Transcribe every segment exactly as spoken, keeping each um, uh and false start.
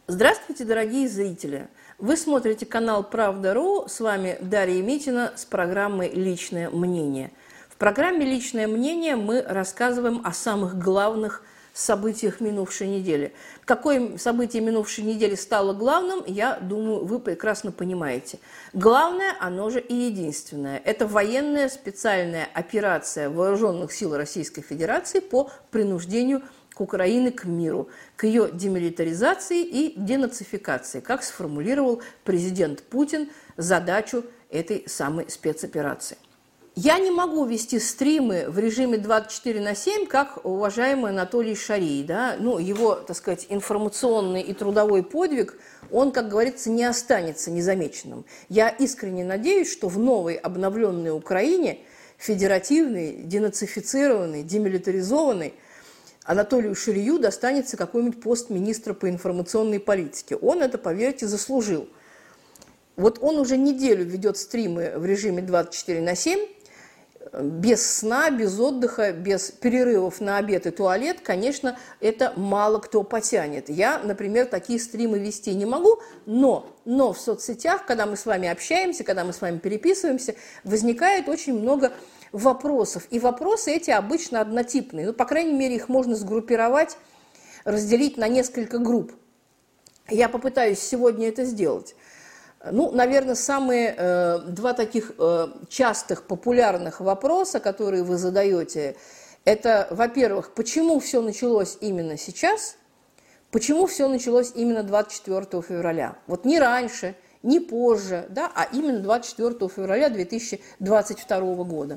Здравствуйте, дорогие зрители! Вы смотрите канал Правда.ру, с вами Дарья Митина с программой «Личное мнение». В программе «Личное мнение» мы рассказываем о самых главных событиях минувшей недели. Какое событие минувшей недели стало главным, я думаю, вы прекрасно понимаете. Главное, оно же и единственное. Это военная специальная операция Вооруженных сил Российской Федерации по принуждению Украины к миру, к ее демилитаризации и денацификации, как сформулировал президент Путин задачу этой самой спецоперации. Я не могу вести стримы в режиме двадцать четыре на семь, как уважаемый Анатолий Шарий. Да? Ну, его, так сказать, информационный и трудовой подвиг, он, как говорится, не останется незамеченным. Я искренне надеюсь, что в новой обновленной Украине, федеративной, денацифицированной, демилитаризованной, Анатолию Шарию достанется какой-нибудь пост министра по информационной политике. Он это, поверьте, заслужил. Вот он уже неделю ведет стримы в режиме двадцать четыре на семь, без сна, без отдыха, без перерывов на обед и туалет. Конечно, это мало кто потянет. Я, например, такие стримы вести не могу, но, но в соцсетях, когда мы с вами общаемся, когда мы с вами переписываемся, возникает очень много вопросов. И вопросы эти обычно однотипные. Ну, по крайней мере, их можно сгруппировать, разделить на несколько групп. Я попытаюсь сегодня это сделать. Ну, наверное, самые э, два таких э, частых, популярных вопроса, которые вы задаете, это, во-первых, почему все началось именно сейчас, почему все началось именно двадцать четвёртого февраля. Вот не раньше, не позже, да, а именно двадцать четвёртого февраля две тысячи двадцать второго года.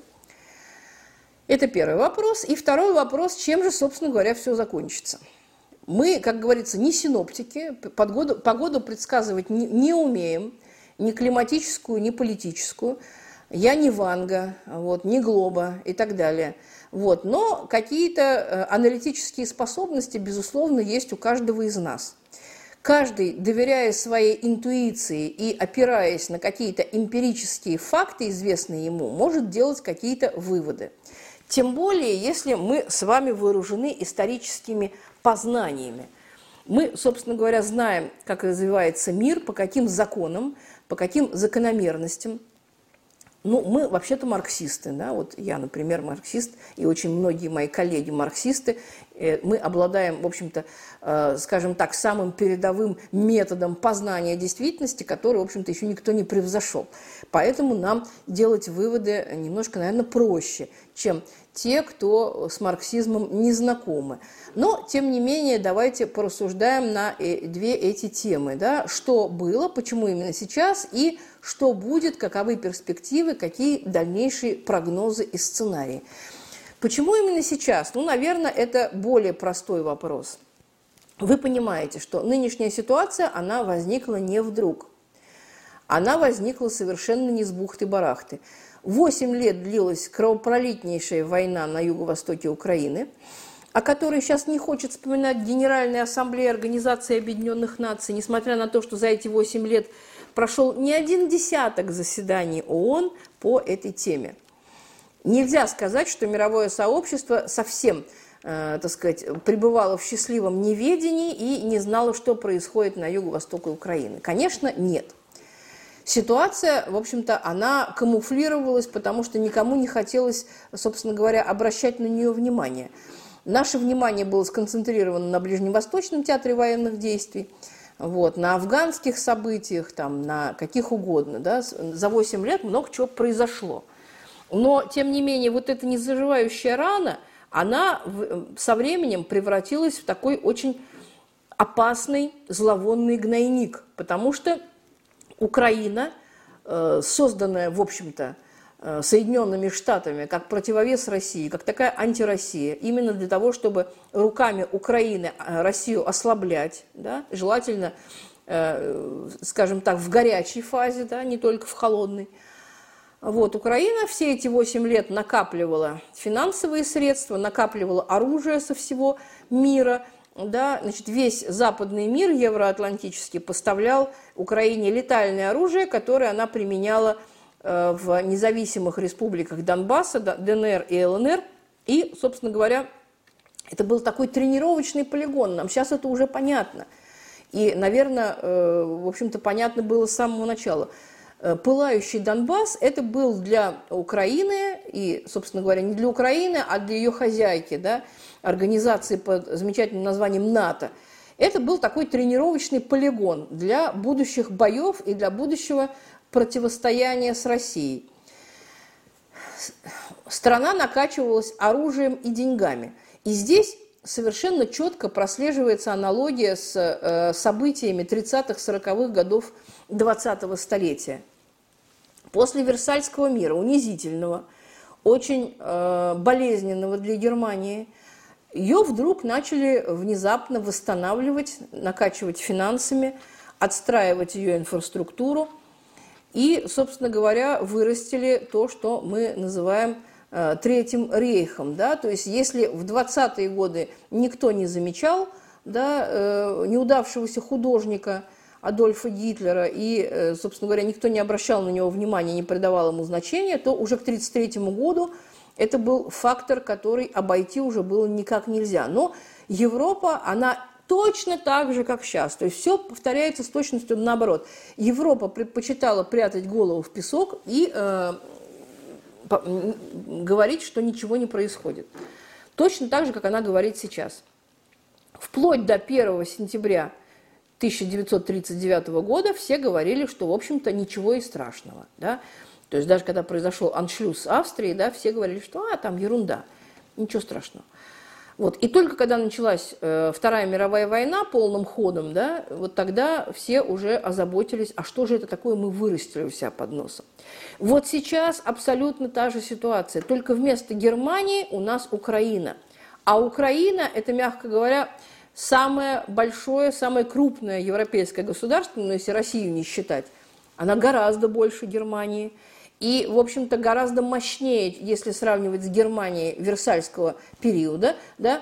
Это первый вопрос. И второй вопрос, чем же, собственно говоря, все закончится. Мы, как говорится, не синоптики, погоду, погоду предсказывать не, не умеем, ни климатическую, ни политическую. Я не Ванга, вот, не Глоба и так далее. Вот. Но какие-то аналитические способности, безусловно, есть у каждого из нас. Каждый, доверяя своей интуиции и опираясь на какие-то эмпирические факты, известные ему, может делать какие-то выводы. Тем более, если мы с вами вооружены историческими познаниями. Мы, собственно говоря, знаем, как развивается мир, по каким законам, по каким закономерностям. Ну, мы вообще-то марксисты, да, вот я, например, марксист, и очень многие мои коллеги марксисты. Мы обладаем, в общем-то, скажем так, самым передовым методом познания действительности, который, в общем-то, еще никто не превзошел. Поэтому нам делать выводы немножко, наверное, проще, чем те, кто с марксизмом не знакомы. Но, тем не менее, давайте порассуждаем на две эти темы. Да? Что было, почему именно сейчас, и что будет, каковы перспективы, какие дальнейшие прогнозы и сценарии. Почему именно сейчас? Ну, наверное, это более простой вопрос. Вы понимаете, что нынешняя ситуация, она возникла не вдруг. Она возникла совершенно не с бухты-барахты. Восемь лет длилась кровопролитнейшая война на юго-востоке Украины, о которой сейчас не хочет вспоминать Генеральная ассамблея Организации Объединенных Наций, несмотря на то, что за эти восемь лет прошел не один десяток заседаний ООН по этой теме. Нельзя сказать, что мировое сообщество совсем, э, так сказать, пребывало в счастливом неведении и не знало, что происходит на юго-востоке Украины. Конечно, нет. Ситуация, в общем-то, она камуфлировалась, потому что никому не хотелось, собственно говоря, обращать на нее внимание. Наше внимание было сконцентрировано на Ближневосточном театре военных действий, вот, на афганских событиях, там, на каких угодно. Да. За восемь лет много чего произошло. Но, тем не менее, вот эта незаживающая рана, она со временем превратилась в такой очень опасный зловонный гнойник, потому что Украина, созданная, в общем-то, Соединенными Штатами как противовес России, как такая антироссия, именно для того, чтобы руками Украины Россию ослаблять, да, желательно, скажем так, в горячей фазе, да, не только в холодной. Вот, Украина все эти восемь лет накапливала финансовые средства, накапливала оружие со всего мира. Да, значит, весь западный мир евроатлантический поставлял Украине летальное оружие, которое она применяла э, в независимых республиках Донбасса, ДНР и ЛНР. И, собственно говоря, это был такой тренировочный полигон. Нам сейчас это уже понятно. И, наверное, в общем-то, понятно было с самого начала. Пылающий Донбасс – это был для Украины, и, собственно говоря, не для Украины, а для ее хозяйки, да, организации под замечательным названием НАТО. Это был такой тренировочный полигон для будущих боев и для будущего противостояния с Россией. Страна накачивалась оружием и деньгами. И здесь совершенно четко прослеживается аналогия с э, событиями тридцатых-сороковых годов двадцатого столетия. После Версальского мира, унизительного, очень э, болезненного для Германии, ее вдруг начали внезапно восстанавливать, накачивать финансами, отстраивать ее инфраструктуру и, собственно говоря, вырастили то, что мы называем э, Третьим рейхом. Да? То есть если в двадцатые годы никто не замечал, да, э, неудавшегося художника Адольфа Гитлера и, э, собственно говоря, никто не обращал на него внимания, не придавал ему значения, то уже к тридцать третьему году это был фактор, который обойти уже было никак нельзя. Но Европа, она точно так же, как сейчас. То есть все повторяется с точностью наоборот. Европа предпочитала прятать голову в песок и э, по, говорить, что ничего не происходит. Точно так же, как она говорит сейчас. Вплоть до первого сентября тысяча девятьсот тридцать девятого года все говорили, что, в общем-то, ничего и страшного. Да? То есть даже когда произошел аншлюз Австрии, да, все говорили, что а, там ерунда, ничего страшного. Вот. И только когда началась э, Вторая мировая война полным ходом, да, вот тогда все уже озаботились, а что же это такое мы вырастили у себя под носом. Вот сейчас абсолютно та же ситуация, только вместо Германии у нас Украина. А Украина, это, мягко говоря, самое большое, самое крупное европейское государство, ну, если Россию не считать, она гораздо больше Германии. И, в общем-то, гораздо мощнее, если сравнивать с Германией Версальского периода, да,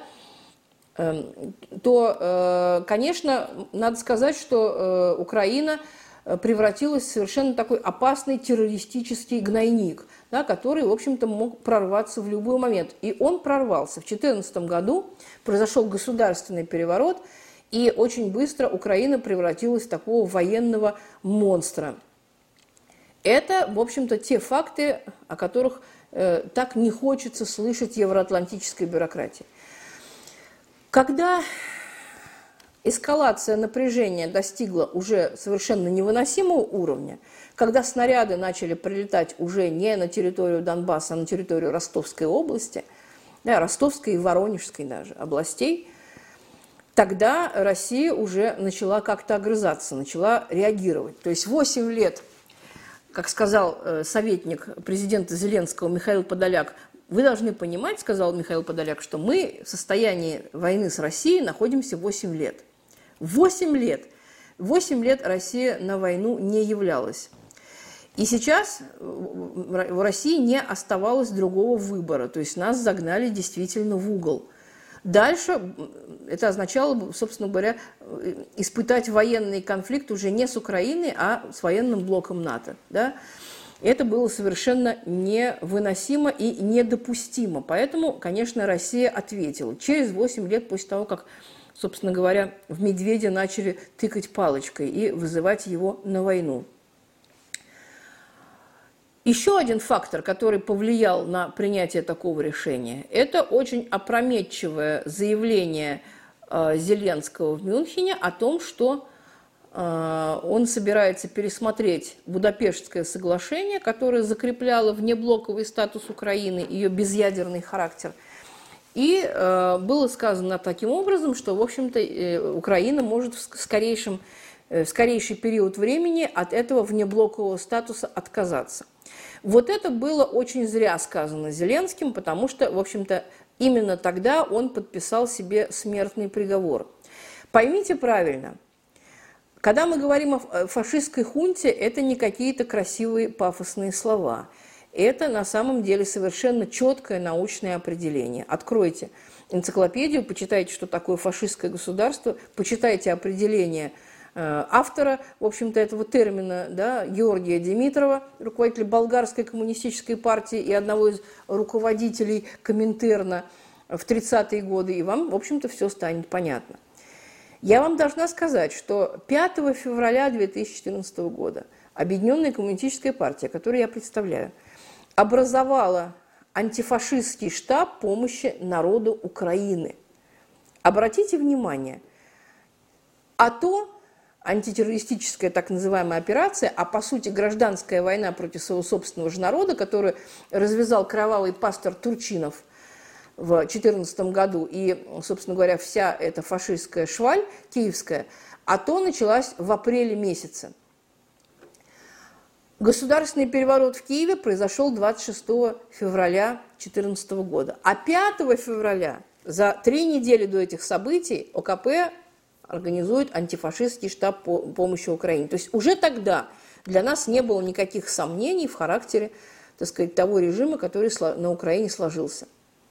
то, конечно, надо сказать, что Украина превратилась в совершенно такой опасный террористический гнойник, да, который, в общем-то, мог прорваться в любой момент. И он прорвался. В две тысячи четырнадцатом году произошел государственный переворот, и очень быстро Украина превратилась в такого военного монстра. Это, в общем-то, те факты, о которых э, так не хочется слышать евроатлантической бюрократии. Когда эскалация напряжения достигла уже совершенно невыносимого уровня, когда снаряды начали прилетать уже не на территорию Донбасса, а на территорию Ростовской области, да, Ростовской и Воронежской даже областей, тогда Россия уже начала как-то огрызаться, начала реагировать. То есть восемь лет, как сказал э, советник президента Зеленского Михаил Подоляк, вы должны понимать, сказал Михаил Подоляк, что мы в состоянии войны с Россией находимся восемь лет. восемь лет. восемь лет Россия на войну не являлась. И сейчас в России не оставалось другого выбора. То есть нас загнали действительно в угол. Дальше это означало, собственно говоря, испытать военный конфликт уже не с Украиной, а с военным блоком НАТО. Да? Это было совершенно невыносимо и недопустимо. Поэтому, конечно, Россия ответила. Через восемь лет после того, как, собственно говоря, в Медведя начали тыкать палочкой и вызывать его на войну. Еще один фактор, который повлиял на принятие такого решения, это очень опрометчивое заявление э, Зеленского в Мюнхене о том, что э, он собирается пересмотреть Будапештское соглашение, которое закрепляло внеблоковый статус Украины, ее безъядерный характер. И э, было сказано таким образом, что, в общем-то, э, Украина может в скорейшем, э, в скорейший период времени от этого внеблокового статуса отказаться. Вот это было очень зря сказано Зеленским, потому что, в общем-то, именно тогда он подписал себе смертный приговор. Поймите правильно, когда мы говорим о фашистской хунте, это не какие-то красивые пафосные слова. Это на самом деле совершенно четкое научное определение. Откройте энциклопедию, почитайте, что такое фашистское государство, почитайте определение автора, в общем-то, этого термина, да, Георгия Димитрова, руководителя Болгарской коммунистической партии и одного из руководителей Коминтерна в тридцатые годы, и вам, в общем-то, все станет понятно. Я вам должна сказать, что пятого февраля две тысячи четырнадцатого года Объединенная коммунистическая партия, которую я представляю, образовала антифашистский штаб помощи народу Украины. Обратите внимание, АТО, антитеррористическая так называемая операция, а по сути гражданская война против своего собственного же народа, которую развязал кровавый пастор Турчинов в две тысячи четырнадцатом году, и, собственно говоря, вся эта фашистская шваль киевская, АТО началась в апреле месяце. Государственный переворот в Киеве произошел двадцать шестого февраля две тысячи четырнадцатого года. А пятого февраля, за три недели до этих событий, ОКП организует антифашистский штаб по помощи Украине. То есть уже тогда для нас не было никаких сомнений в характере, так сказать, того режима, который на Украине сложился.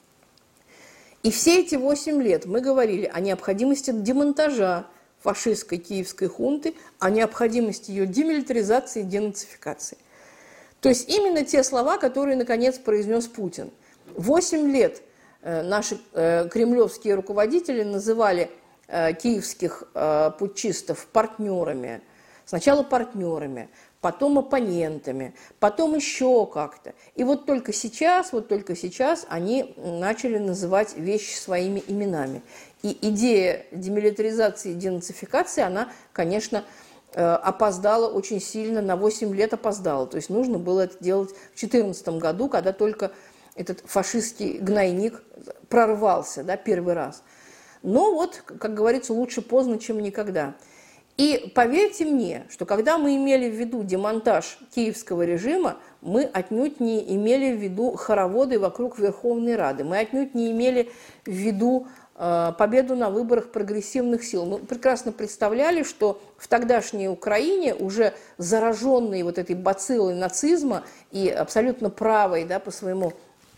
И все эти восемь лет мы говорили о необходимости демонтажа фашистской киевской хунты, о необходимости ее демилитаризации и денацификации. То есть именно те слова, которые, наконец, произнес Путин. Восемь лет наши кремлевские руководители называли киевских путчистов партнерами. Сначала партнерами, потом оппонентами, потом еще как-то. И вот только сейчас, вот только сейчас они начали называть вещи своими именами. И идея демилитаризации и денацификации, она, конечно, опоздала очень сильно, на восемь лет опоздала. То есть нужно было это делать в две тысячи четырнадцатом году, когда только этот фашистский гнойник прорвался, да, первый раз. Но вот, как говорится, лучше поздно, чем никогда. И поверьте мне, что когда мы имели в виду демонтаж киевского режима, мы отнюдь не имели в виду хороводы вокруг Верховной Рады, мы отнюдь не имели в виду э, победу на выборах прогрессивных сил. Мы прекрасно представляли, что в тогдашней Украине, уже зараженной вот этой бациллой нацизма и абсолютно правой, да, по своему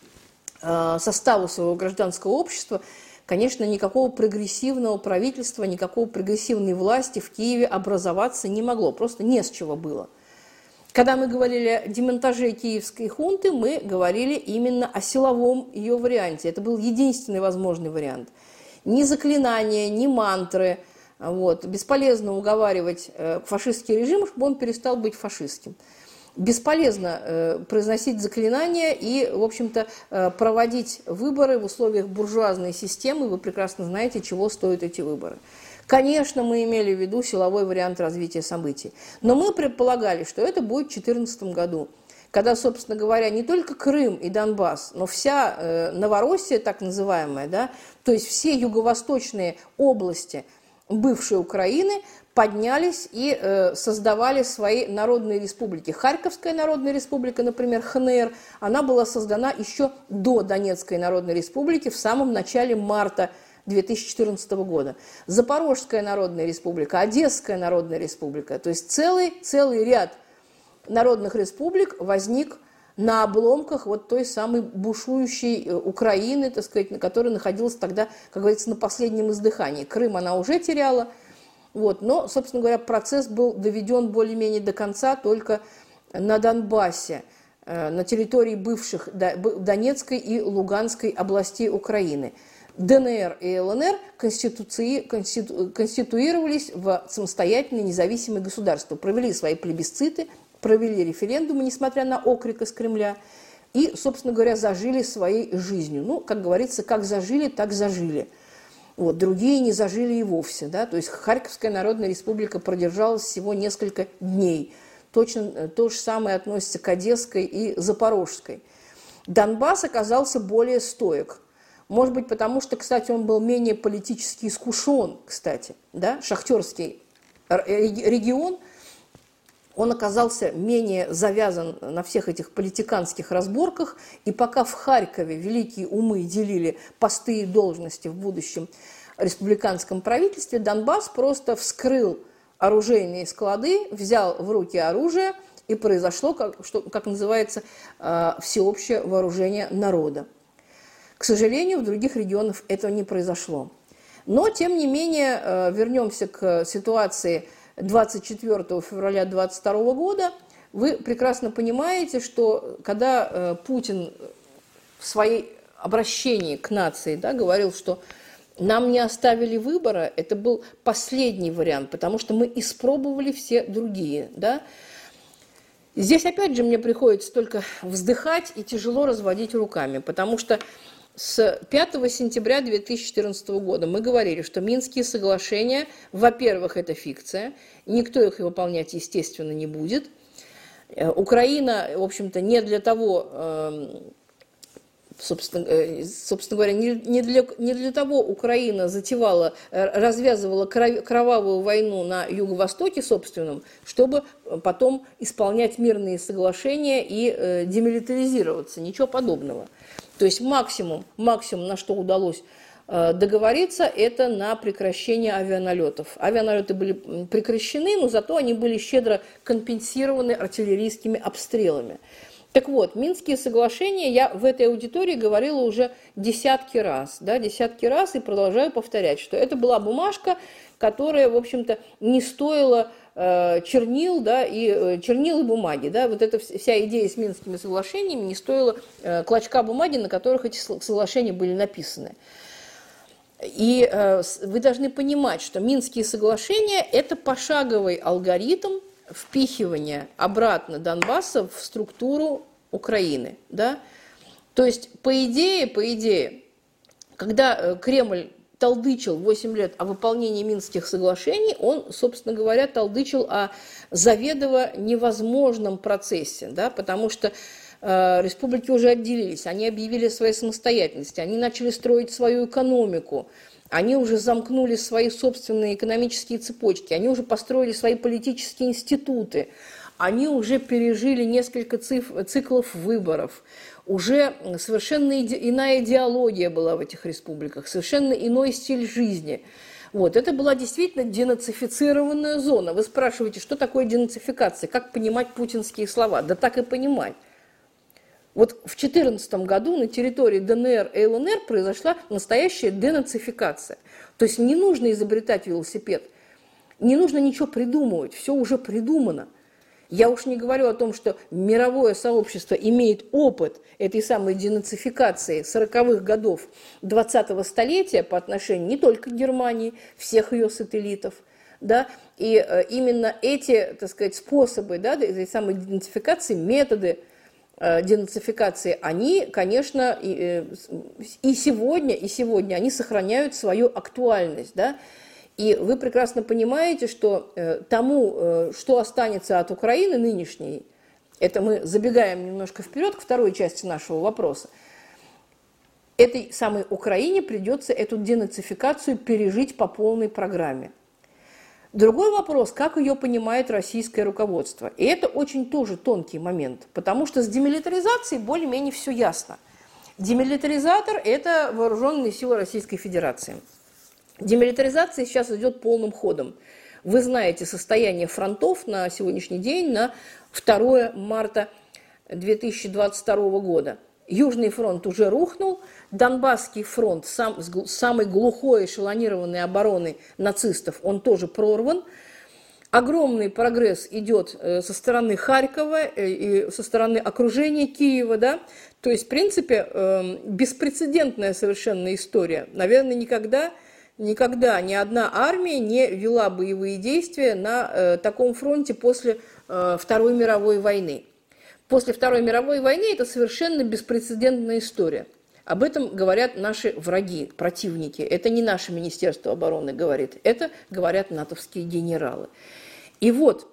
э, составу своего гражданского общества, конечно, никакого прогрессивного правительства, никакого прогрессивной власти в Киеве образоваться не могло, просто не с чего было. Когда мы говорили о демонтаже киевской хунты, мы говорили именно о силовом ее варианте. Это был единственный возможный вариант. Ни заклинания, ни мантры. Вот. Бесполезно уговаривать фашистский режим, чтобы он перестал быть фашистским. Бесполезно э, произносить заклинания и, в общем-то, э, проводить выборы в условиях буржуазной системы. Вы прекрасно знаете, чего стоят эти выборы. Конечно, мы имели в виду силовой вариант развития событий. Но мы предполагали, что это будет в две тысячи четырнадцатом году, когда, собственно говоря, не только Крым и Донбасс, но вся э, Новороссия, так называемая, да, то есть все юго-восточные области бывшей Украины, поднялись и э, создавали свои народные республики. Харьковская народная республика, например, ха эн эр, она была создана еще до Донецкой народной республики в самом начале марта две тысячи четырнадцатого года. Запорожская народная республика, Одесская народная республика. То есть целый, целый ряд народных республик возник на обломках вот той самой бушующей Украины, так сказать, которая находилась тогда, как говорится, на последнем издыхании. Крым она уже теряла. Вот. Но, собственно говоря, процесс был доведен более-менее до конца только на Донбассе, на территории бывших Донецкой и Луганской областей Украины. дэ эн эр и эл эн эр конституировались в самостоятельные независимые государства, провели свои плебисциты, провели референдумы, несмотря на окрик из Кремля, и, собственно говоря, зажили своей жизнью. Ну, как говорится, как зажили, так зажили. Вот, другие не зажили и вовсе. Да? То есть Харьковская народная республика продержалась всего несколько дней. Точно то же самое относится к Одесской и Запорожской. Донбасс оказался более стоек. Может быть, потому что, кстати, он был менее политически искушен, кстати. Да? Шахтерский регион, он оказался менее завязан на всех этих политиканских разборках. И пока в Харькове великие умы делили посты и должности в будущем республиканском правительстве, Донбасс просто вскрыл оружейные склады, взял в руки оружие, и произошло, как, что, как называется, всеобщее вооружение народа. К сожалению, в других регионах этого не произошло. Но, тем не менее, вернемся к ситуации двадцать четвёртого февраля две тысячи двадцать второго года. Вы прекрасно понимаете, что когда Путин в своей обращении к нации, да, говорил, что нам не оставили выбора, это был последний вариант, потому что мы испробовали все другие, да. Здесь, опять же, мне приходится только вздыхать и тяжело разводить руками, потому что с пятого сентября две тысячи четырнадцатого года мы говорили, что Минские соглашения, во-первых, это фикция, никто их выполнять, естественно, не будет. Украина, в общем-то, не для того, собственно, собственно говоря, не для, не для того Украина затевала, развязывала кровавую войну на Юго-Востоке собственном, чтобы потом исполнять мирные соглашения и демилитаризироваться. Ничего подобного. То есть максимум, максимум, на что удалось договориться, это на прекращение авианалетов. Авианалеты были прекращены, но зато они были щедро компенсированы артиллерийскими обстрелами. Так вот, Минские соглашения я в этой аудитории говорила уже десятки раз, да, десятки раз и продолжаю повторять, что это была бумажка, которая, в общем-то, не стоила э, чернил, да, и э, чернил и бумаги, да, вот эта вся идея с Минскими соглашениями не стоила э, клочка бумаги, на которых эти соглашения были написаны. И э, вы должны понимать, что Минские соглашения – это пошаговый алгоритм впихивания обратно Донбасса в структуру Украины, да? То есть, по идее, по идее, когда Кремль толдычил восемь лет о выполнении Минских соглашений, он, собственно говоря, толдычил о заведомо невозможном процессе, да? Потому что э, республики уже отделились, они объявили о своей самостоятельности, они начали строить свою экономику, они уже замкнули свои собственные экономические цепочки, они уже построили свои политические институты, они уже пережили несколько циф- циклов выборов, уже совершенно иде- иная идеология была в этих республиках, совершенно иной стиль жизни. Вот, это была действительно денацифицированная зона. Вы спрашиваете, что такое денацификация, как понимать путинские слова? Да так и понимать. Вот в две тысячи четырнадцатом году на территории ДНР и ЛНР произошла настоящая денацификация. То есть не нужно изобретать велосипед, не нужно ничего придумывать, все уже придумано. Я уж не говорю о том, что мировое сообщество имеет опыт этой самой денацификации сороковых годов двадцатого столетия по отношению не только к Германии, всех ее сателлитов. Да? И именно эти, так сказать, способы, да, этой самой денацификации, методы денацификации, они, конечно, и, и сегодня, и сегодня они сохраняют свою актуальность, да? И вы прекрасно понимаете, что тому, что останется от Украины нынешней, это мы забегаем немножко вперед к второй части нашего вопроса, этой самой Украине придется эту денацификацию пережить по полной программе. Другой вопрос, как ее понимает российское руководство. И это очень тоже тонкий момент, потому что с демилитаризацией более-менее все ясно. Демилитаризатор – это вооруженные силы Российской Федерации. Демилитаризация сейчас идет полным ходом. Вы знаете состояние фронтов на сегодняшний день, на второе марта две тысячи двадцать второго года. Южный фронт уже рухнул, Донбасский фронт, сам, самой глухой эшелонированной обороны нацистов, он тоже прорван. Огромный прогресс идет со стороны Харькова и со стороны окружения Киева, да? То есть, в принципе, беспрецедентная совершенно история. Наверное, никогда, никогда ни одна армия не вела боевые действия на таком фронте после Второй мировой войны. После Второй мировой войны это совершенно беспрецедентная история. Об этом говорят наши враги, противники. Это не наше Министерство обороны говорит, это говорят натовские генералы. И вот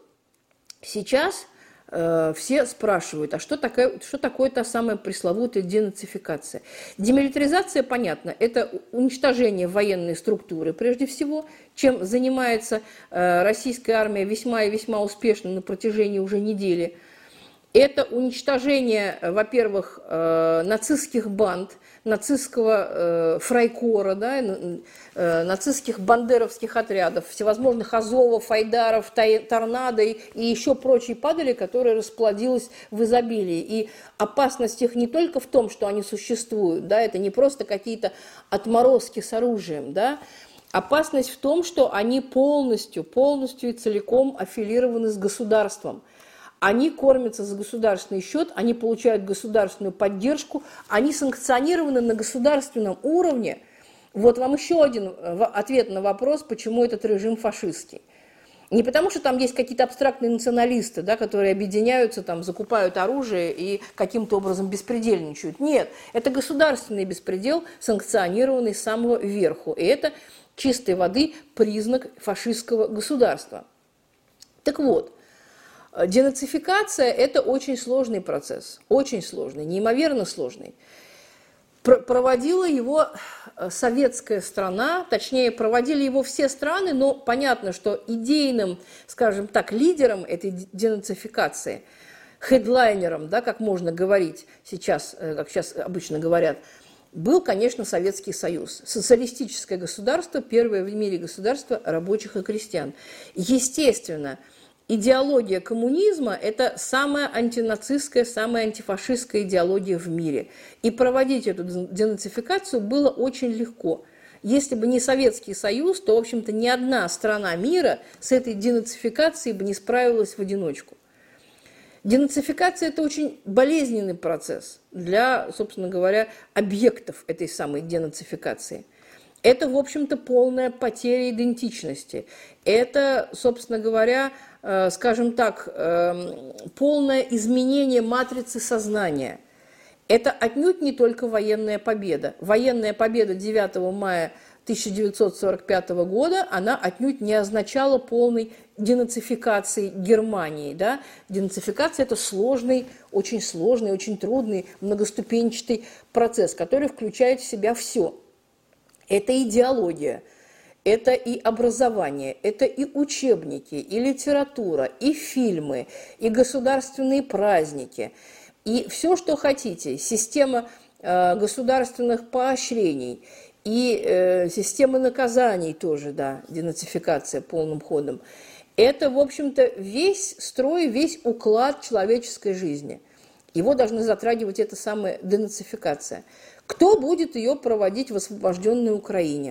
сейчас э, все спрашивают, а что такое, что такое та самая пресловутая денацификация? Демилитаризация, понятно, это уничтожение военной структуры прежде всего, чем занимается э, российская армия весьма и весьма успешно на протяжении уже недели. Это уничтожение, во-первых, нацистских банд, нацистского фрайкора, да, нацистских бандеровских отрядов, всевозможных Азовов, Айдаров, Торнадо и еще прочей падали, которая расплодилась в изобилии. И опасность их не только в том, что они существуют, да, это не просто какие-то отморозки с оружием, да, опасность в том, что они полностью, полностью и целиком аффилированы с государством. Они кормятся за государственный счет, они получают государственную поддержку, они санкционированы на государственном уровне Вот вам еще один ответ на вопрос, почему этот режим фашистский. Не потому, что там есть какие-то абстрактные националисты, да, которые объединяются, там, закупают оружие и каким-то образом беспредельничают. Нет, это государственный беспредел, санкционированный с самого верху. И это чистой воды признак фашистского государства. Так вот, денацификация – это очень сложный процесс, очень сложный, неимоверно сложный. Проводила его советская страна, точнее, проводили его все страны, но понятно, что идейным, скажем так, лидером этой денацификации, хедлайнером, да, как можно говорить сейчас, как сейчас обычно говорят, был, конечно, Советский Союз. Социалистическое государство, первое в мире государство рабочих и крестьян. Естественно, идеология коммунизма – это самая антинацистская, самая антифашистская идеология в мире. И проводить эту денацификацию было очень легко. Если бы не Советский Союз, то, в общем-то, ни одна страна мира с этой денацификацией бы не справилась в одиночку. Денацификация – это очень болезненный процесс для, собственно говоря, объектов этой самой денацификации. Это, в общем-то, полная потеря идентичности. Это, собственно говоря, э, скажем так, э, полное изменение матрицы сознания. Это отнюдь не только военная победа. Военная победа девятого мая тысяча девятьсот сорок пятого года, она отнюдь не означала полной денацификации Германии. Да? Денацификация – это сложный, очень сложный, очень трудный, многоступенчатый процесс, который включает в себя все. Это идеология, это и образование, это и учебники, и литература, и фильмы, и государственные праздники, и все, что хотите, система э, государственных поощрений, и э, система наказаний тоже, да, денацификация полным ходом. Это, в общем-то, весь строй, весь уклад человеческой жизни. Его должны затрагивать эта самая денацификация. Кто будет ее проводить в освобожденной Украине?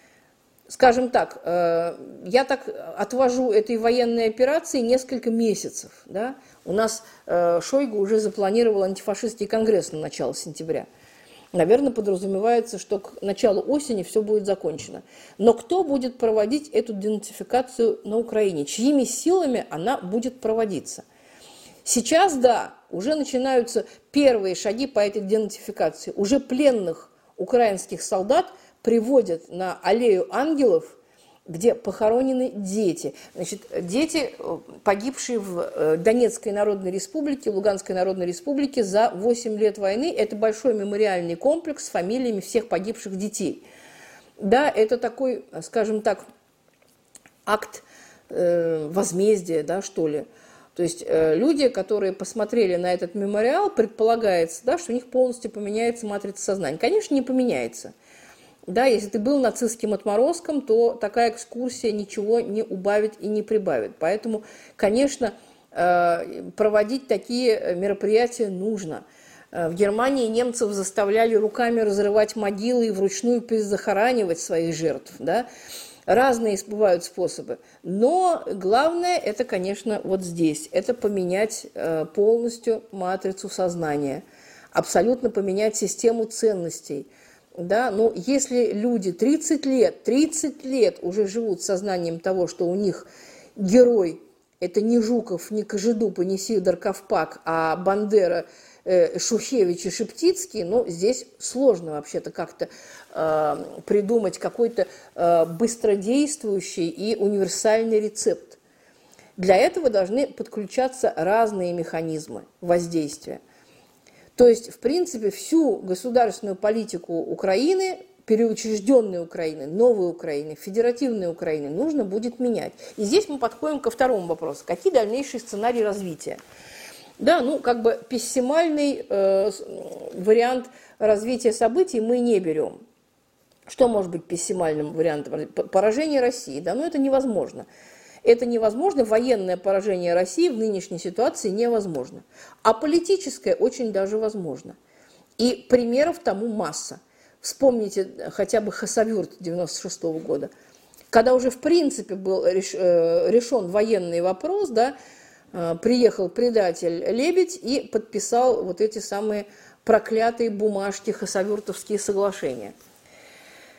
Скажем так, я так отвожу этой военной операции несколько месяцев. Да? У нас Шойгу уже запланировал антифашистский конгресс на начало сентября. Наверное, подразумевается, что к началу осени все будет закончено. Но кто будет проводить эту денацификацию на Украине? Чьими силами она будет проводиться? Сейчас, да, уже начинаются первые шаги по этой денацификации. Уже пленных украинских солдат приводят на аллею ангелов, где похоронены дети. Значит, дети, погибшие в Донецкой Народной Республике, Луганской Народной Республике за восемь лет войны. Это большой мемориальный комплекс с фамилиями всех погибших детей. Да, это такой, скажем так, акт э, возмездия, да, что ли. То есть э, люди, которые посмотрели на этот мемориал, предполагается, да, что у них полностью поменяется матрица сознания. Конечно, не поменяется. Да, если ты был нацистским отморозком, то такая экскурсия ничего не убавит и не прибавит. Поэтому, конечно, э, проводить такие мероприятия нужно. В Германии немцев заставляли руками разрывать могилы и вручную перезахоранивать своих жертв. Да? Разные бывают способы. Но главное, это, конечно, вот здесь. Это поменять полностью матрицу сознания. Абсолютно поменять систему ценностей. Да? Но если люди тридцать лет, тридцать лет уже живут сознанием того, что у них герой – это не Жуков, не Кожедуб и не Сидор Ковпак, а Бандера, Шухевич и Шептицкий, ну, здесь сложно вообще-то как-то э, придумать какой-то э, быстродействующий и универсальный рецепт. Для этого должны подключаться разные механизмы воздействия. То есть, в принципе, всю государственную политику Украины, переучрежденной Украины, новой Украины, федеративной Украины нужно будет менять. И здесь мы подходим ко второму вопросу. Какие дальнейшие сценарии развития? Да, ну, как бы пессимальный э, вариант развития событий мы не берем. Что может быть пессимальным вариантом? Поражение России. Да, ну, это невозможно. Это невозможно. Военное поражение России в нынешней ситуации невозможно. А политическое очень даже возможно. И примеров тому масса. Вспомните хотя бы Хасавюрт девяносто шестого года. Когда уже в принципе был реш, э, решен военный вопрос, да, приехал предатель Лебедь и подписал вот эти самые проклятые бумажки, хасавюртовские соглашения.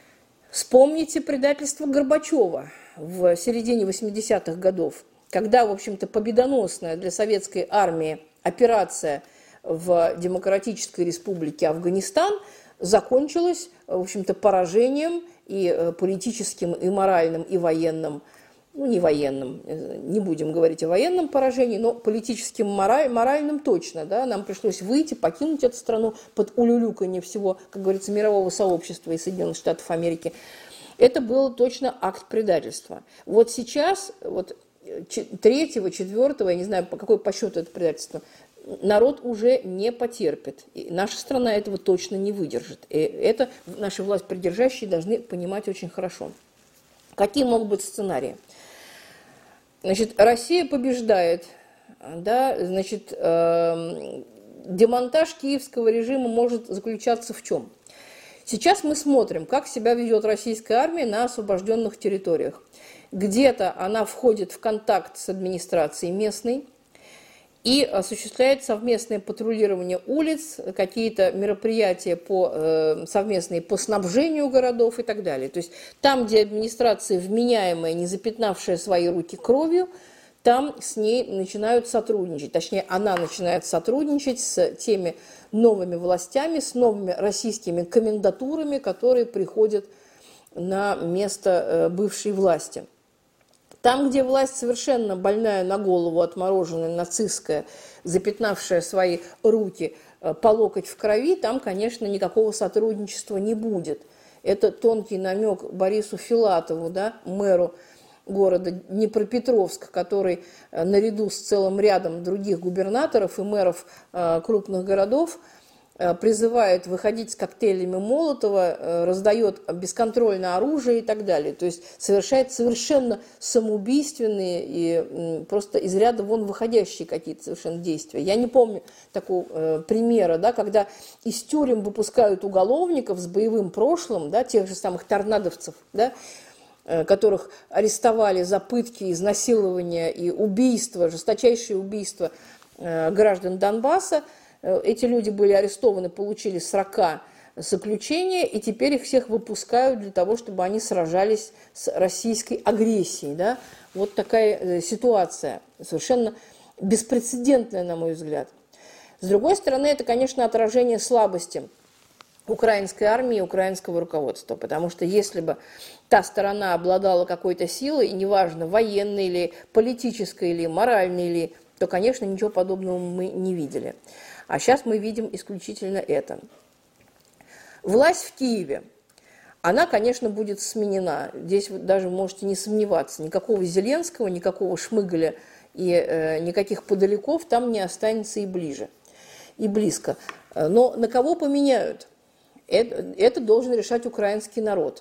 Вспомните предательство Горбачева в середине восьмидесятых годов, когда, в общем-то, победоносная для советской армии операция в Демократической Республике Афганистан закончилась, в общем-то, поражением и политическим, и моральным, и военным, ну, не военным, не будем говорить о военном поражении, но политическим, мораль, моральным точно, да, нам пришлось выйти, покинуть эту страну под улюлюканье всего, как говорится, мирового сообщества и Соединенных Штатов Америки. Это был точно акт предательства. Вот сейчас, вот третьего, четвертого, я не знаю, по какой по счету это предательство, народ уже не потерпит. И наша страна этого точно не выдержит. И это наши властьпридержащие должны понимать очень хорошо. Какие могут быть сценарии? Значит, Россия побеждает, да, значит, э, демонтаж киевского режима может заключаться в чем? Сейчас мы смотрим, как себя ведет российская армия на освобожденных территориях. Где-то она входит в контакт с администрацией местной и осуществляет совместное патрулирование улиц, какие-то мероприятия по, э, совместные по снабжению городов и так далее. То есть там, где администрация вменяемая, не запятнавшая свои руки кровью, там с ней начинают сотрудничать. Точнее, она начинает сотрудничать с теми новыми властями, с новыми российскими комендатурами, которые приходят на место бывшей власти. Там, где власть совершенно больная на голову, отмороженная, нацистская, запятнавшая свои руки по локоть в крови, там, конечно, никакого сотрудничества не будет. Это тонкий намек Борису Филатову, да, мэру города Днепропетровск, который наряду с целым рядом других губернаторов и мэров крупных городов призывает выходить с коктейлями Молотова, раздает бесконтрольное оружие и так далее. То есть совершает совершенно самоубийственные и просто из ряда вон выходящие какие-то совершенно действия. Я не помню такого примера, да, когда из тюрем выпускают уголовников с боевым прошлым, да, тех же самых торнадовцев, да, которых арестовали за пытки, изнасилования и убийства, жесточайшие убийства граждан Донбасса. Эти люди были арестованы, получили срока заключения, и теперь их всех выпускают для того, чтобы они сражались с российской агрессией. Да? Вот такая ситуация, совершенно беспрецедентная, на мой взгляд. С другой стороны, это, конечно, отражение слабости украинской армии и украинского руководства, потому что если бы та сторона обладала какой-то силой, неважно, военной или политической, или моральной, или, то, конечно, ничего подобного мы не видели. А сейчас мы видим исключительно это. Власть в Киеве, она, конечно, будет сменена. Здесь вы даже можете не сомневаться. Никакого Зеленского, никакого Шмыгаля и э, никаких подаляков там не останется и ближе, и близко. Но на кого поменяют? Это, это должен решать украинский народ.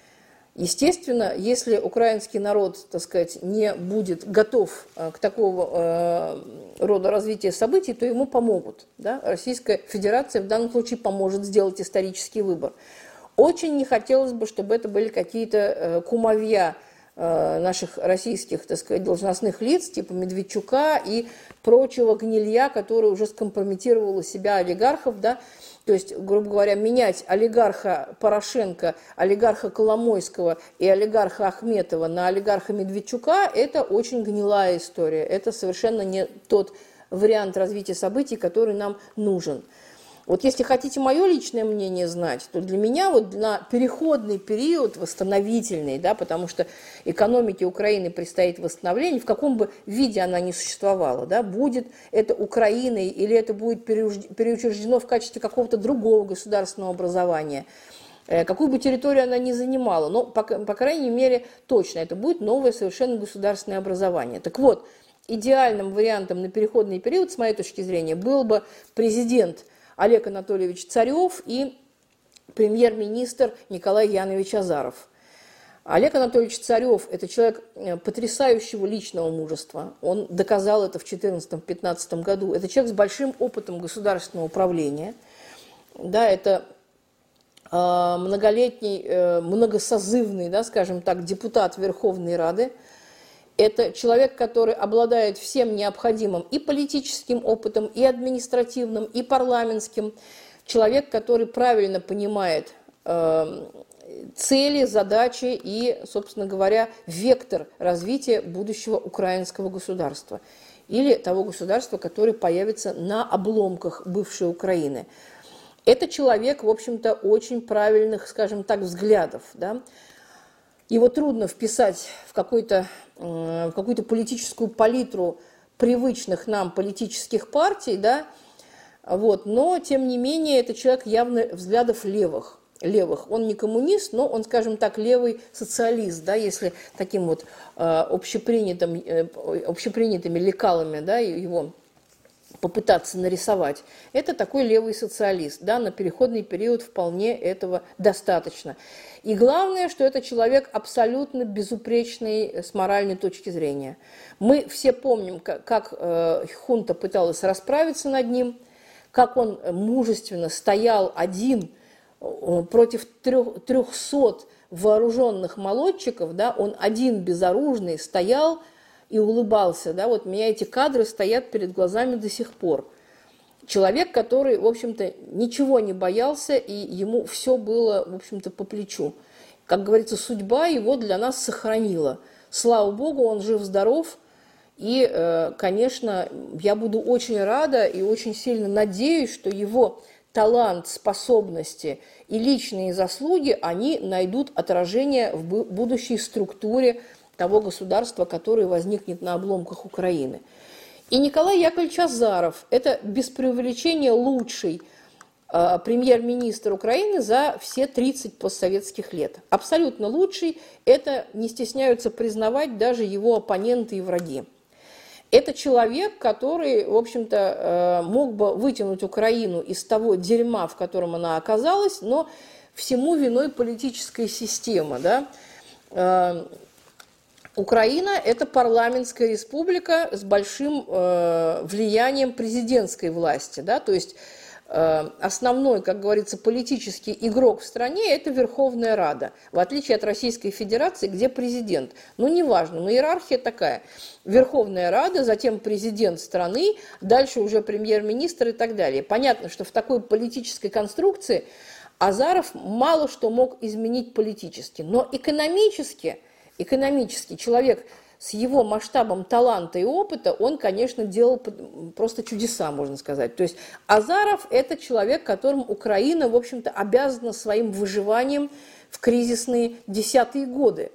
Естественно, если украинский народ, так сказать, не будет готов к такого э, рода развития событий, то ему помогут. Да? Российская Федерация в данном случае поможет сделать исторический выбор. Очень не хотелось бы, чтобы это были какие-то э, кумовья э, наших российских, так сказать, должностных лиц, типа Медведчука и прочего гнилья, который уже скомпрометировало себя олигархов, да. То есть, грубо говоря, менять олигарха Порошенко, олигарха Коломойского и олигарха Ахметова на олигарха Медведчука – это очень гнилая история. Это совершенно не тот вариант развития событий, который нам нужен. Вот если хотите мое личное мнение знать, то для меня вот на переходный период восстановительный, да, потому что экономике Украины предстоит восстановление, в каком бы виде она ни существовала, да, будет это Украиной или это будет переучреждено в качестве какого-то другого государственного образования, какую бы территорию она ни занимала, но, по, по крайней мере, точно это будет новое совершенно государственное образование. Так вот, идеальным вариантом на переходный период, с моей точки зрения, был бы президент Олег Анатольевич Царев и премьер-министр Николай Янович Азаров. Олег Анатольевич Царев – это человек потрясающего личного мужества. Он доказал это в две тысячи четырнадцатом-две тысячи пятнадцатом году. Это человек с большим опытом государственного управления. Да, это э, многолетний, э, многосозывный, да, скажем так, депутат Верховной Рады. Это человек, который обладает всем необходимым и политическим опытом, и административным, и парламентским. Человек, который правильно понимает цели, задачи и, собственно говоря, вектор развития будущего украинского государства или того государства, которое появится на обломках бывшей Украины. Это человек, в общем-то, очень правильных, скажем так, взглядов. Да? Его трудно вписать в, какой-то, в какую-то политическую палитру привычных нам политических партий, да? Вот. Но, тем не менее, это человек явно взглядов левых. левых. Он не коммунист, но он, скажем так, левый социалист, да, если таким вот э, общепринятым, э, общепринятыми лекалами, да, его попытаться нарисовать. Это такой левый социалист, да, на переходный период вполне этого достаточно. И главное, что это человек абсолютно безупречный с моральной точки зрения. Мы все помним, как, как э, хунта пыталась расправиться над ним, как он мужественно стоял один против трехсот вооруженных молодчиков, да, он один безоружный стоял и улыбался. Да, вот у меня эти кадры стоят перед глазами до сих пор. Человек, который, в общем-то, ничего не боялся, и ему все было, в общем-то, по плечу. Как говорится, судьба его для нас сохранила. Слава Богу, он жив-здоров. И, конечно, я буду очень рада и очень сильно надеюсь, что его талант, способности и личные заслуги, они найдут отражение в будущей структуре того государства, которое возникнет на обломках Украины. И Николай Яковлевич Азаров – это без преувеличения лучший э, премьер-министр Украины за все тридцать постсоветских лет. Абсолютно лучший, это не стесняются признавать даже его оппоненты и враги. Это человек, который, в общем-то, мог бы вытянуть Украину из того дерьма, в котором она оказалась, но всему виной политическая система. Да? Украина – это парламентская республика с большим влиянием президентской власти. Да? То есть основной, как говорится, политический игрок в стране – это Верховная Рада, в отличие от Российской Федерации, где президент. Ну, неважно, но иерархия такая. Верховная Рада, затем президент страны, дальше уже премьер-министр и так далее. Понятно, что в такой политической конструкции Азаров мало что мог изменить политически, но экономически, экономически человек с его масштабом таланта и опыта, он, конечно, делал просто чудеса, можно сказать. То есть Азаров – это человек, которому Украина, в общем-то, обязана своим выживанием в кризисные десятые годы.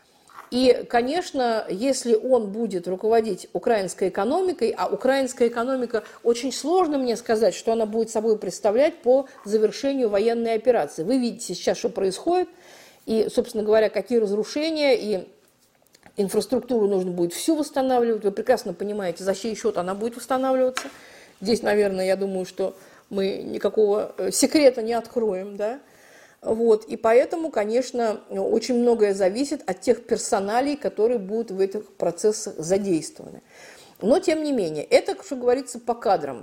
И, конечно, если он будет руководить украинской экономикой, а украинская экономика, очень сложно мне сказать, что она будет собой представлять по завершению военной операции. Вы видите сейчас, что происходит, и, собственно говоря, какие разрушения, и инфраструктуру нужно будет всю восстанавливать. Вы прекрасно понимаете, за чей счет она будет восстанавливаться. Здесь, наверное, я думаю, что мы никакого секрета не откроем, да? Вот. И поэтому, конечно, очень многое зависит от тех персоналей, которые будут в этих процессах задействованы. Но, тем не менее, это, что говорится, по кадрам.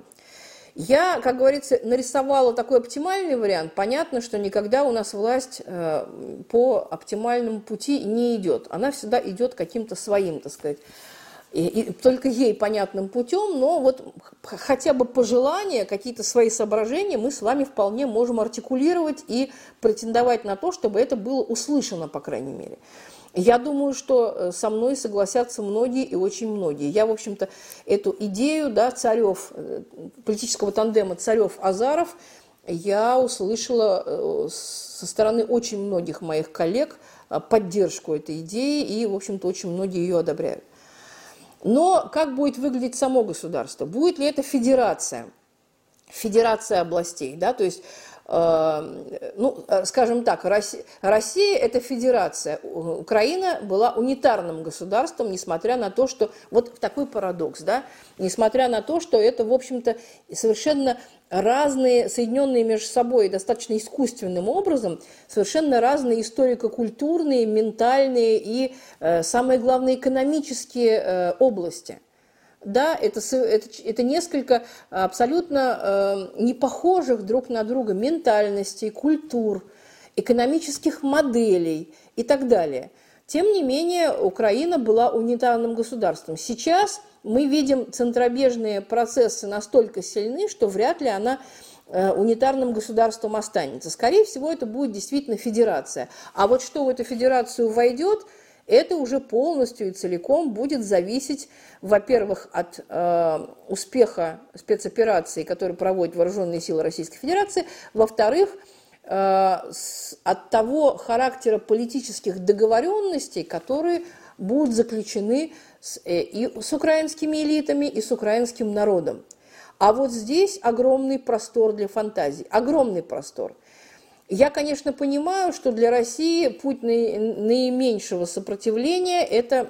Я, как говорится, нарисовала такой оптимальный вариант. Понятно, что никогда у нас власть э, по оптимальному пути не идет. Она всегда идет каким-то своим, так сказать, и, и только ей понятным путем, но вот хотя бы пожелания, какие-то свои соображения мы с вами вполне можем артикулировать и претендовать на то, чтобы это было услышано, по крайней мере. Я думаю, что со мной согласятся многие и очень многие. Я, в общем-то, эту идею, да, Царев, политического тандема Царев-Азаров, я услышала со стороны очень многих моих коллег поддержку этой идеи, и, в общем-то, очень многие ее одобряют. Но как будет выглядеть само государство? Будет ли это федерация? Федерация областей, да, то есть, э, ну, скажем так, Россия, Россия – это федерация, Украина была унитарным государством, несмотря на то, что, вот такой парадокс, да, несмотря на то, что это, в общем-то, совершенно разные, соединенные между собой достаточно искусственным образом, совершенно разные историко-культурные, ментальные и, э, самое главное, экономические э, области. Да, это, это, это несколько абсолютно э, не похожих друг на друга ментальностей, культур, экономических моделей и так далее. Тем не менее, Украина была унитарным государством. Сейчас мы видим центробежные процессы настолько сильны, что вряд ли она унитарным государством останется. Скорее всего, это будет действительно федерация. А вот что в эту федерацию войдет, это уже полностью и целиком будет зависеть, во-первых, от э, успеха спецоперации, которую проводят вооруженные силы Российской Федерации, во-вторых, э, с, от того характера политических договоренностей, которые будут заключены с, э, и с украинскими элитами, и с украинским народом. А вот здесь огромный простор для фантазий, огромный простор. Я, конечно, понимаю, что для России путь наименьшего сопротивления – это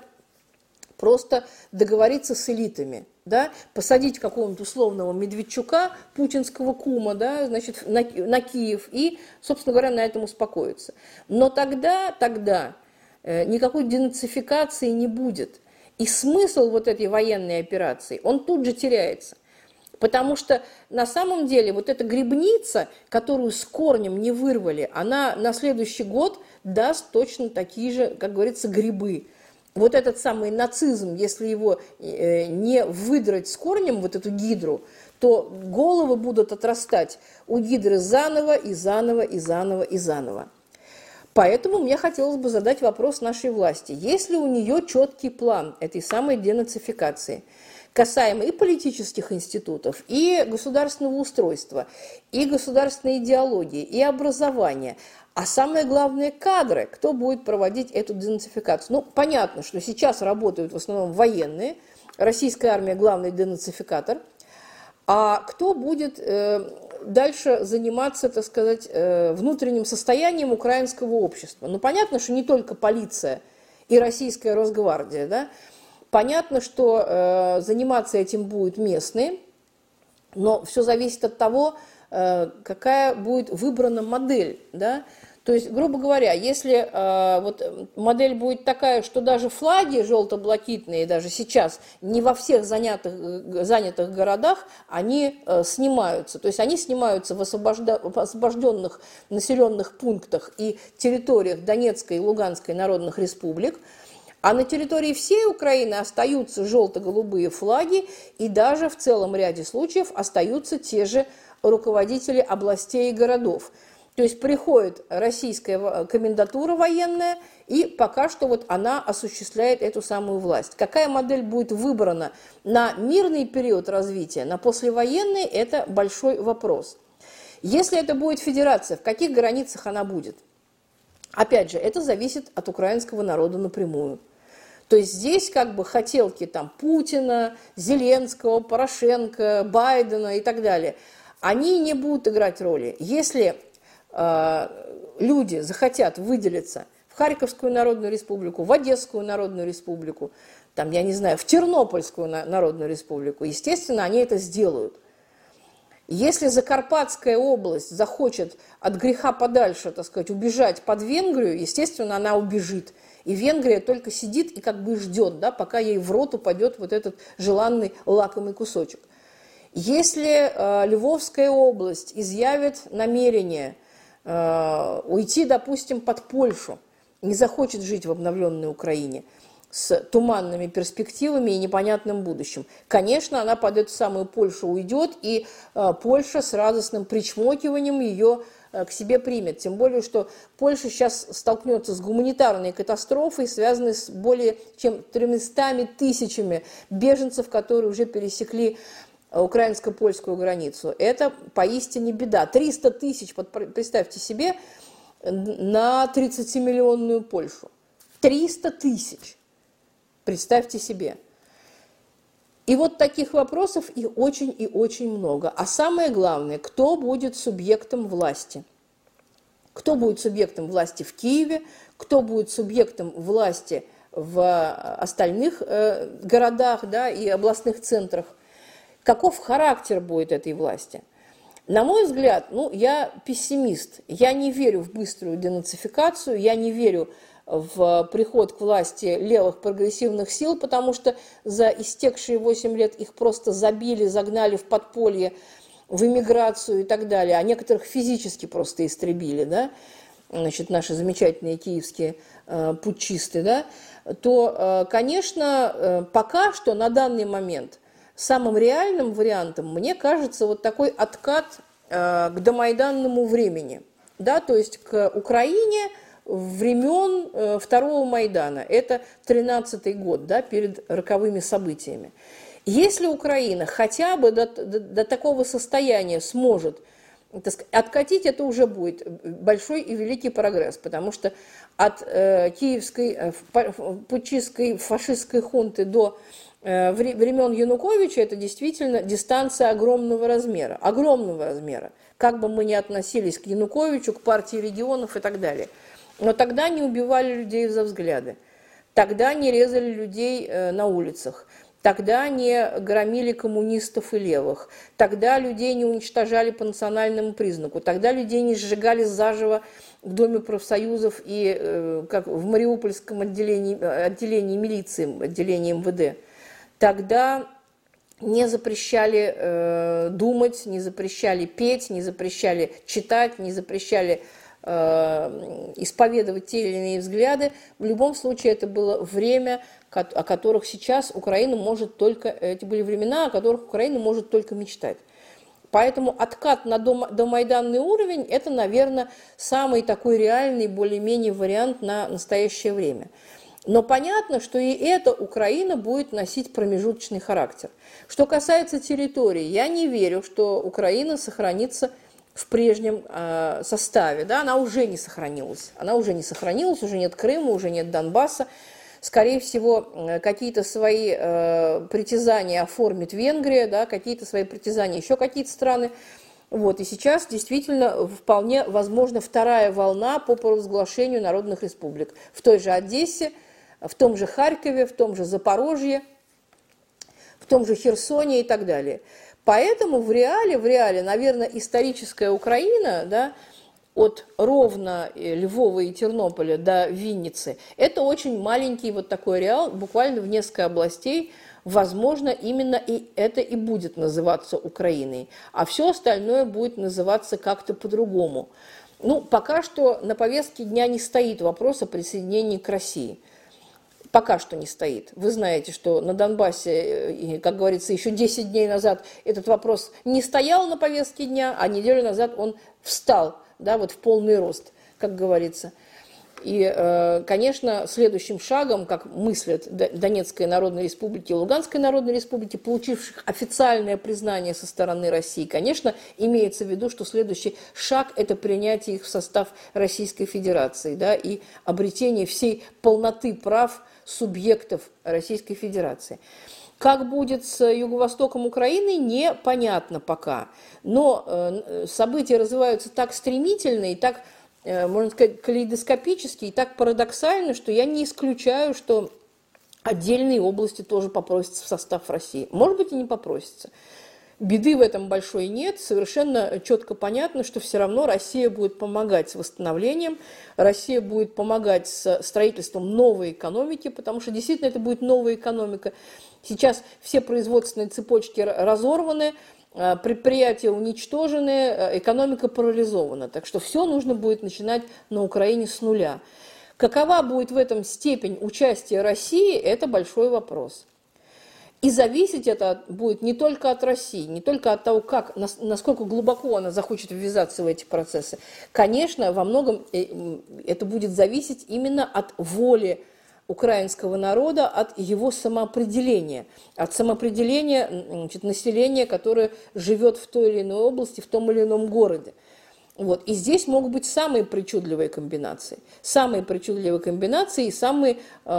просто договориться с элитами, да, посадить какого-нибудь условного Медведчука, путинского кума, да, значит, на, на Киев и, собственно говоря, на этом успокоиться. Но тогда, тогда никакой денацификации не будет. И смысл вот этой военной операции, он тут же теряется. Потому что на самом деле вот эта грибница, которую с корнем не вырвали, она на следующий год даст точно такие же, как говорится, грибы. Вот этот самый нацизм, если его не выдрать с корнем, вот эту гидру, то головы будут отрастать у гидры заново и заново и заново и заново. Поэтому мне хотелось бы задать вопрос нашей власти. Есть ли у нее четкий план этой самой денацификации, касаемо и политических институтов, и государственного устройства, и государственной идеологии, и образования, а самое главное – кадры, кто будет проводить эту денацификацию. Ну, понятно, что сейчас работают в основном военные, российская армия – главный денацификатор, а кто будет э, дальше заниматься, так сказать, э, внутренним состоянием украинского общества? Ну, понятно, что не только полиция и российская Росгвардия, да. Понятно, что э, заниматься этим будут местные, но все зависит от того, э, какая будет выбрана модель, да. То есть, грубо говоря, если э, вот модель будет такая, что даже флаги желто-блакитные, даже сейчас, не во всех занятых, занятых городах, они э, снимаются. То есть они снимаются в, освобожда, в освобожденных населенных пунктах и территориях Донецкой и Луганской народных республик, а на территории всей Украины остаются желто-голубые флаги, и даже в целом ряде случаев остаются те же руководители областей и городов. То есть приходит российская комендатура военная, и пока что вот она осуществляет эту самую власть. Какая модель будет выбрана на мирный период развития, на послевоенный, это большой вопрос. Если это будет федерация, в каких границах она будет? Опять же, это зависит от украинского народа напрямую. То есть здесь как бы хотелки там Путина, Зеленского, Порошенко, Байдена и так далее, они не будут играть роли. Если э, люди захотят выделиться в Харьковскую Народную Республику, в Одесскую Народную Республику, там, я не знаю, в Тернопольскую Народную Республику, естественно, они это сделают. Если Закарпатская область захочет от греха подальше, так сказать, убежать под Венгрию, естественно, она убежит. И Венгрия только сидит и как бы ждет, да, пока ей в рот упадет вот этот желанный лакомый кусочек. Если э, Львовская область изъявит намерение э, уйти, допустим, под Польшу, не захочет жить в обновленной Украине, с туманными перспективами и непонятным будущим. Конечно, она под эту самую Польшу уйдет, и э, Польша с радостным причмокиванием ее э, к себе примет. Тем более, что Польша сейчас столкнется с гуманитарной катастрофой, связанной с более чем тремястами тысячами беженцев, которые уже пересекли украинско-польскую границу. Это поистине беда. триста тысяч, представьте себе, на тридцатимиллионную Польшу. триста тысяч. Представьте себе. И вот таких вопросов их очень и очень много. А самое главное, кто будет субъектом власти? Кто будет субъектом власти в Киеве? Кто будет субъектом власти в остальных э, городах, да, и областных центрах? Каков характер будет этой власти? На мой взгляд, ну, я пессимист. Я не верю в быструю денацификацию, я не верю в приход к власти левых прогрессивных сил, потому что за истекшие восемь лет их просто забили, загнали в подполье, в эмиграцию и так далее, а некоторых физически просто истребили, да, значит, наши замечательные киевские э, путчисты, да, то, э, конечно, э, пока что на данный момент самым реальным вариантом, мне кажется, вот такой откат к домайданному времени, да, то есть к Украине времен второго Майдана. Это тринадцатый год, да, перед роковыми событиями. Если Украина хотя бы до, до, до такого состояния сможет, так сказать, откатить, это уже будет большой и великий прогресс, потому что от э, киевской э, путчистской фашистской хунты до э, времен Януковича это действительно дистанция огромного размера, огромного размера, как бы мы ни относились к Януковичу, к партии регионов и так далее. Но тогда не убивали людей за взгляды, тогда не резали людей э, на улицах, тогда не громили коммунистов и левых, тогда людей не уничтожали по национальному признаку, тогда людей не сжигали заживо в Доме профсоюзов и э, как в Мариупольском отделении, отделении милиции, отделении эм вэ дэ. Тогда не запрещали э, думать, не запрещали петь, не запрещали читать, не запрещали э, исповедовать те или иные взгляды. В любом случае это было время, о которых сейчас Украина может только, эти были времена, о которых Украина может только мечтать. Поэтому откат на домайданный уровень – это, наверное, самый такой реальный, более-менее вариант на настоящее время. Но понятно, что и эта Украина будет носить промежуточный характер. Что касается территории, я не верю, что Украина сохранится в прежнем э, составе. Да? Она уже не сохранилась. Она уже не сохранилась, уже нет Крыма, уже нет Донбасса. Скорее всего, какие-то свои э, притязания оформит Венгрия, да, какие-то свои притязания еще какие-то страны. Вот. И сейчас действительно вполне возможна вторая волна по провозглашению народных республик. В той же Одессе, в том же Харькове, в том же Запорожье, в том же Херсоне и так далее. Поэтому в реале, в реале, наверное, историческая Украина, да, от Ровно, Львова и Тернополя до Винницы, это очень маленький вот такой ареал, буквально в несколько областей. Возможно, именно и это и будет называться Украиной, а все остальное будет называться как-то по-другому. Ну, пока что на повестке дня не стоит вопрос о присоединении к России. Пока что не стоит. Вы знаете, что на Донбассе, как говорится, еще десять дней назад этот вопрос не стоял на повестке дня, а неделю назад он встал, да, вот в полный рост, как говорится. И, конечно, следующим шагом, как мыслят Донецкой Народной Республики и Луганской Народной Республики, получивших официальное признание со стороны России, конечно, имеется в виду, что следующий шаг – это принятие их в состав Российской Федерации, да, и обретение всей полноты прав субъектов Российской Федерации. Как будет с юго-востоком Украины, непонятно пока. Но события развиваются так стремительно и так, можно сказать, калейдоскопически и так парадоксально, что я не исключаю, что отдельные области тоже попросятся в состав России. Может быть, и не попросятся. Беды в этом большой нет. Совершенно четко понятно, что все равно Россия будет помогать с восстановлением, Россия будет помогать с строительством новой экономики, потому что действительно это будет новая экономика. Сейчас все производственные цепочки разорваны, предприятия уничтожены, экономика парализована. Так что все нужно будет начинать на Украине с нуля. Какова будет в этом степень участия России, это большой вопрос. И зависеть это будет не только от России, не только от того, как, насколько глубоко она захочет ввязаться в эти процессы. Конечно, во многом это будет зависеть именно от воли украинского народа, от его самоопределения, от самоопределения, значит, населения, которое живет в той или иной области, в том или ином городе. Вот. И здесь могут быть самые причудливые комбинации. Самые причудливые комбинации и самые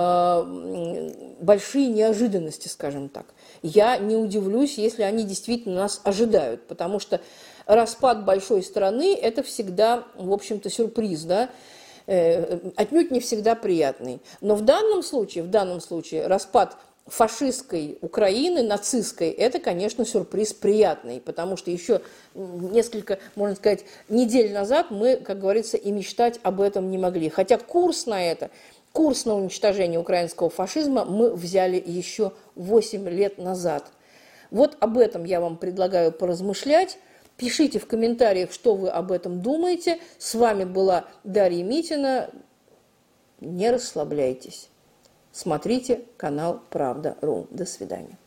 э, большие неожиданности, скажем так. Я не удивлюсь, если они действительно нас ожидают, потому что распад большой страны – это всегда, в общем-то, сюрприз, да? э, отнюдь не всегда приятный. Но в данном случае, в данном случае распад фашистской Украины, нацистской, это, конечно, сюрприз приятный, потому что еще несколько, можно сказать, недель назад мы, как говорится, и мечтать об этом не могли. Хотя курс на это, курс на уничтожение украинского фашизма мы взяли еще восемь лет назад. Вот об этом я вам предлагаю поразмышлять. Пишите в комментариях, что вы об этом думаете. С вами была Дарья Митина. Не расслабляйтесь. Смотрите канал Правда точка ру. До свидания.